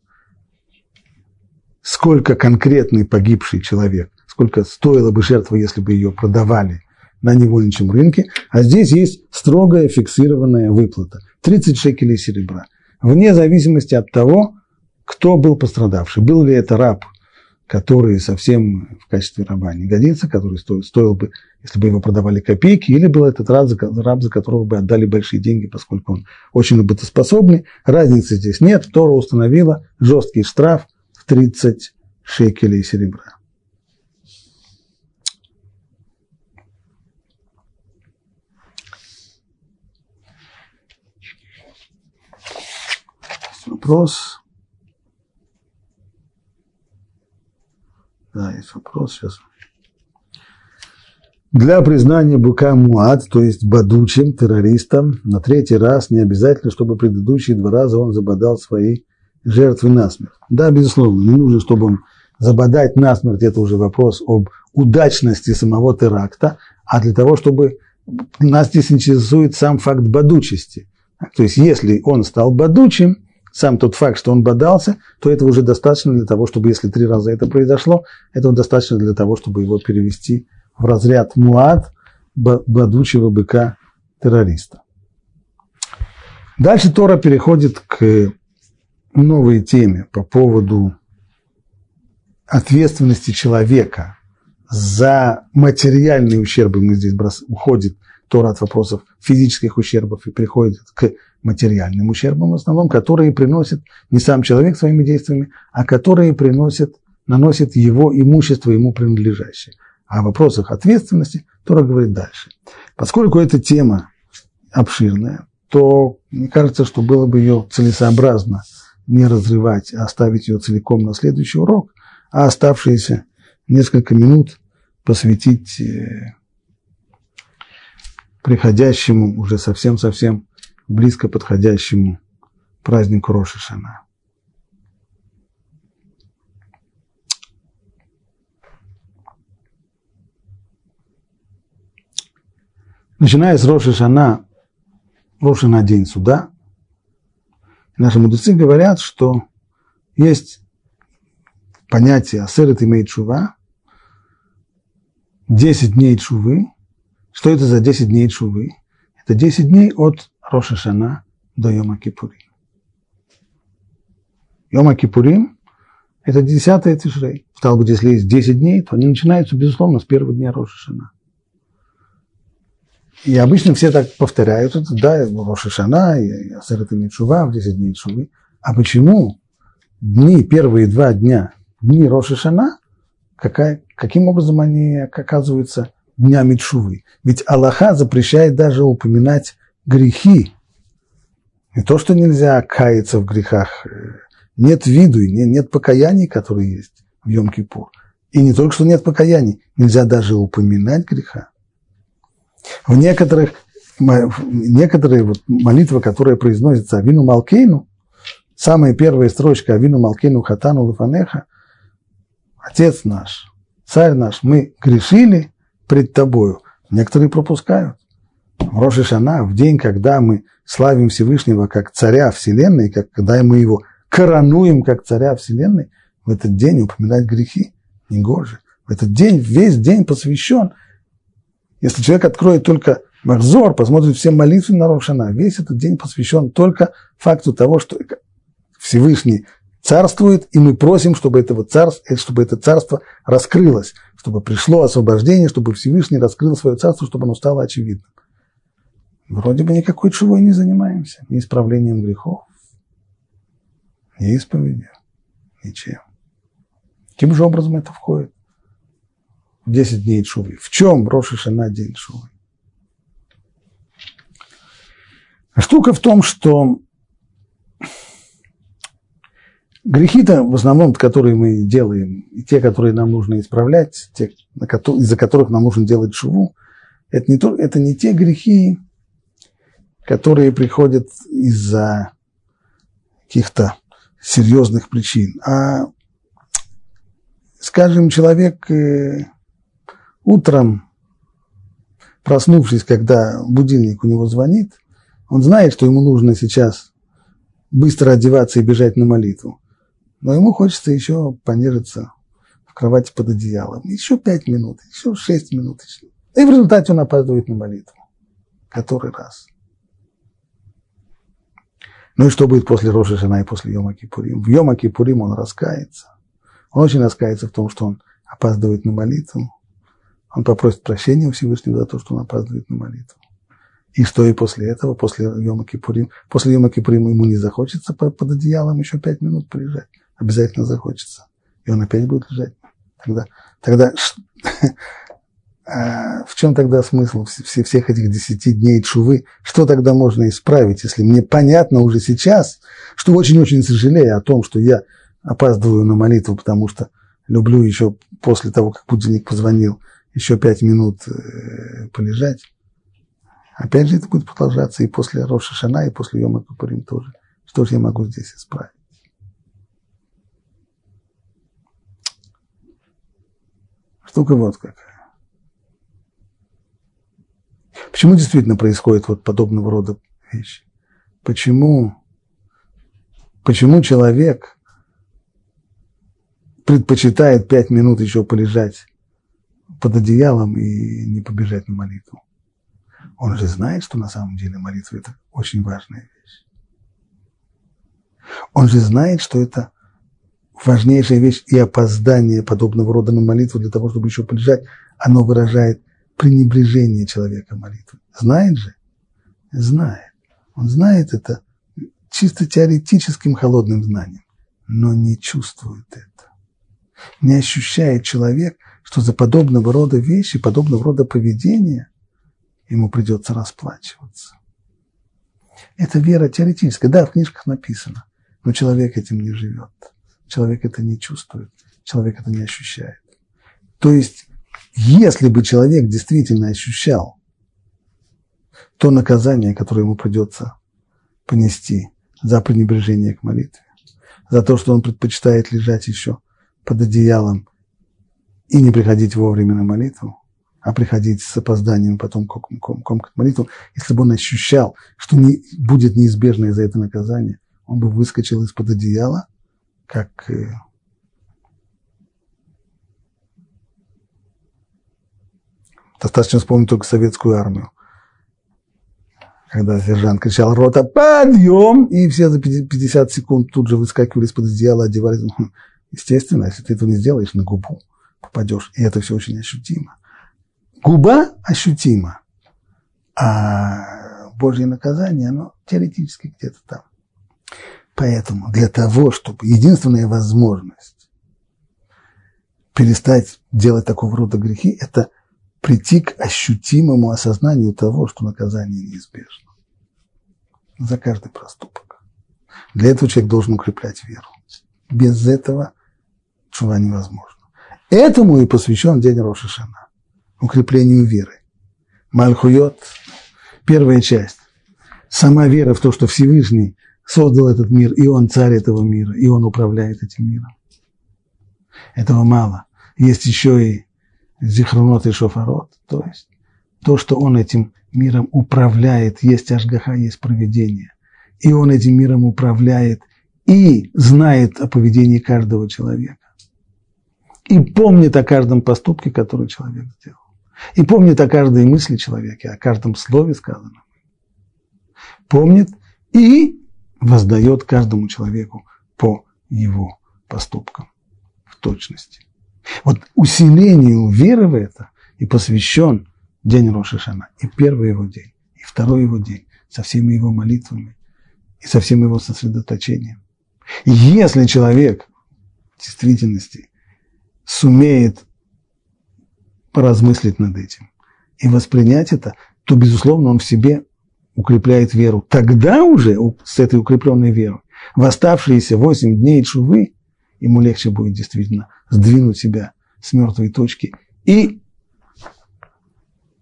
сколько конкретный погибший человек, сколько стоила бы жертва, если бы ее продавали на невольничьем рынке, а здесь есть строгая фиксированная выплата – 30 шекелей серебра, вне зависимости от того, кто был пострадавший. Был ли это раб, который совсем в качестве раба не годится, который стоил бы, если бы его продавали копейки, или был этот раб, за которого бы отдали большие деньги, поскольку он очень работоспособный. Разницы здесь нет. Тора установила жесткий штраф в 30 шекелей серебра. Вопрос. Да, есть вопрос сейчас. Для признания быка муад, то есть бадучим, террористом, на третий раз не обязательно, чтобы предыдущие 2 раза он забодал свои жертвы насмерть. Да, безусловно, не нужно, чтобы он забодать насмерть, это уже вопрос об удачности самого теракта, а для того, чтобы нас здесь интересует сам факт бадучести. То есть, если он стал бадучим, сам тот факт, что он бодался, то этого уже достаточно для того, чтобы, если 3 раза это произошло, этого достаточно для того, чтобы его перевести в разряд муад, бодучего быка-террориста. Дальше Тора переходит к новой теме по поводу ответственности человека за материальные ущербы. Мы здесь уходит Тора от вопросов физических ущербов и приходит к материальным ущербам в основном, которые приносит не сам человек своими действиями, а которые наносит его имущество, ему принадлежащее. А о вопросах ответственности Тора говорит дальше. Поскольку эта тема обширная, то мне кажется, что было бы ее целесообразно не разрывать, а оставить ее целиком на следующий урок, а оставшиеся несколько минут посвятить приходящему, уже совсем-совсем близко подходящему празднику Рош ха-Шана. Начиная с Рош ха-Шана, Рош ха-Шана – день суда, наши мудрецы говорят, что есть понятие асерет имей тшува, 10 дней тшувы. Что это за 10 дней тшувы? Это 10 дней от Рош ха-Шана до Йома Кипурим. Йома Кипурим – это 10-е Тишрей. Стало быть, если есть 10 дней, то они начинаются, безусловно, с первого дня Рош ха-Шана. И обычно все так повторяют это, да, Рош ха-Шана и асерет имей тшува, в 10 дней тшувы. А почему первые 2 дня, дни Рош ха-Шана, каким образом они оказываются днями тшувы? Ведь Аллаха запрещает даже упоминать грехи. Не то, что нельзя каяться в грехах, нет виду, нет покаяний, которые есть в Йом-Кипур. И не только что нет покаяний, нельзя даже упоминать греха. В некоторые молитвы, которые произносятся Авину Малкейну, самая первая строчка Авину Малкейну Хатану Лефанеха, Отец наш, Царь наш, мы грешили пред Тобою. Некоторые пропускают. В Рош ха-Шана, в день, когда мы славим Всевышнего как Царя Вселенной, когда мы его коронуем как Царя Вселенной, в этот день упоминать грехи негоже. В этот день, весь день посвящен. Если человек откроет только Махзор, посмотрит все молитвы на Рош ха-Шана, весь этот день посвящен только факту того, что Всевышний царствует, и мы просим, чтобы это царство раскрылось, чтобы пришло освобождение, чтобы Всевышний раскрыл свое царство, чтобы оно стало очевидным. Вроде бы никакой тшувой не занимаемся, ни исправлением грехов, ни исповедью, ничем. Каким же образом это входит в 10 дней тшувы? В чем Рош ха-Шана день тшувы? Штука в том, что грехи-то, в основном, которые мы делаем, и те, которые нам нужно исправлять, те, из-за которых нам нужно делать тшуву, это не те грехи, которые приходят из-за каких-то серьезных причин, а, скажем, человек утром, проснувшись, когда будильник у него звонит, он знает, что ему нужно сейчас быстро одеваться и бежать на молитву, но ему хочется еще понежиться в кровати под одеялом. Еще 5 минут, еще 6 минут. И в результате он опаздывает на молитву. Который раз. Ну и что будет после Рош ха-Шана и после Йом-Кипурим? В Йом-Кипурим он раскается. Он очень раскается в том, что он опаздывает на молитву. Он попросит прощения у Всевышнего за то, что он опаздывает на молитву. И что и после этого, после Йом-Кипурим? После Йом-Кипурим ему не захочется под одеялом еще 5 минут полежать. Обязательно захочется. И он опять будет лежать. Тогда в чем тогда смысл всех этих 10 дней тшувы? Что тогда можно исправить, если мне понятно уже сейчас, что очень-очень сожалею о том, что я опаздываю на молитву, потому что люблю еще после того, как будильник позвонил, еще 5 минут полежать. Опять же это будет продолжаться и после Рош ха-Шана, и после Йом-Кипурим тоже. Что же я могу здесь исправить? Штука вот какая. Почему действительно происходит вот подобного рода вещи? Почему человек предпочитает 5 минут еще полежать под одеялом и не побежать на молитву? Он же знает, что на самом деле молитва – это очень важная вещь. Он же знает, что это важнейшая вещь, и опоздание подобного рода на молитву для того, чтобы еще полежать, оно выражает пренебрежение человека молитвы. Знает же? Знает. Он знает это чисто теоретическим холодным знанием, но не чувствует это. Не ощущает человек, что за подобного рода вещи, подобного рода поведение ему придется расплачиваться. Это вера теоретическая. Да, в книжках написано, но человек этим не живет. Человек это не чувствует, человек это не ощущает. То есть, если бы человек действительно ощущал то наказание, которое ему придется понести за пренебрежение к молитве, за то, что он предпочитает лежать еще под одеялом и не приходить вовремя на молитву, а приходить с опозданием потом к молитву, если бы он ощущал, что будет неизбежно из-за этого наказание, он бы выскочил из-под одеяла, как достаточно вспомнить только советскую армию, когда сержант кричал «Рота, подъем!» и все за 50 секунд тут же выскакивали из-под одеяла, одевались. Естественно, если ты этого не сделаешь, на губу попадешь, и это все очень ощутимо. Губа ощутима, а Божье наказание, оно теоретически где-то там. Поэтому для того, чтобы единственная возможность перестать делать такого рода грехи, это прийти к ощутимому осознанию того, что наказание неизбежно. За каждый проступок. Для этого человек должен укреплять веру. Без этого тшува невозможно. Этому и посвящен день Рош ха-Шана. Укреплению веры. Мальхуйот, первая часть. Сама вера в то, что Всевышний создал этот мир, и он царь этого мира, и он управляет этим миром. Этого мало. Есть еще и зихронот и шофарот, то есть то, что он этим миром управляет, есть ашгаха, есть провидение. И он этим миром управляет и знает о поведении каждого человека. И помнит о каждом поступке, который человек сделал. И помнит о каждой мысли человека, о каждом слове сказанном. Помнит и воздает каждому человеку по его поступкам в точности. Вот усилению веры в это и посвящен день Рош ха-Шана. И первый его день, и второй его день, со всеми его молитвами и со всем его сосредоточением. И если человек в действительности сумеет поразмыслить над этим и воспринять это, то, безусловно, он в себе укрепляет веру. Тогда уже с этой укрепленной верой в оставшиеся 8 дней тшувы ему легче будет действительно сдвинуть себя с мертвой точки и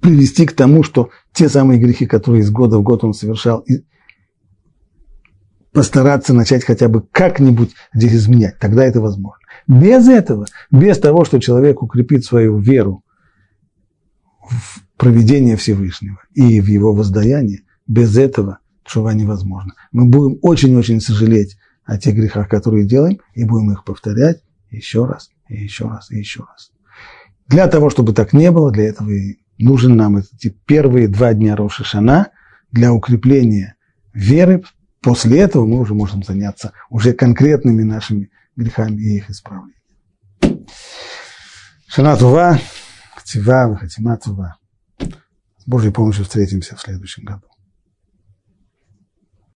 привести к тому, что те самые грехи, которые из года в год он совершал, и постараться начать хотя бы как-нибудь здесь изменять. Тогда это возможно. Без этого, без того, что человек укрепит свою веру в провидение Всевышнего и в его воздаяние, без этого тшува невозможно. Мы будем очень-очень сожалеть о тех грехах, которые делаем, и будем их повторять еще раз, и еще раз, и еще раз. Для того, чтобы так не было, для этого и нужен нам эти первые 2 дня Рош ха-Шана для укрепления веры. После этого мы уже можем заняться уже конкретными нашими грехами и их исправлением. Шана Това, Ктива, Хатима Това. С Божьей помощью встретимся в следующем году.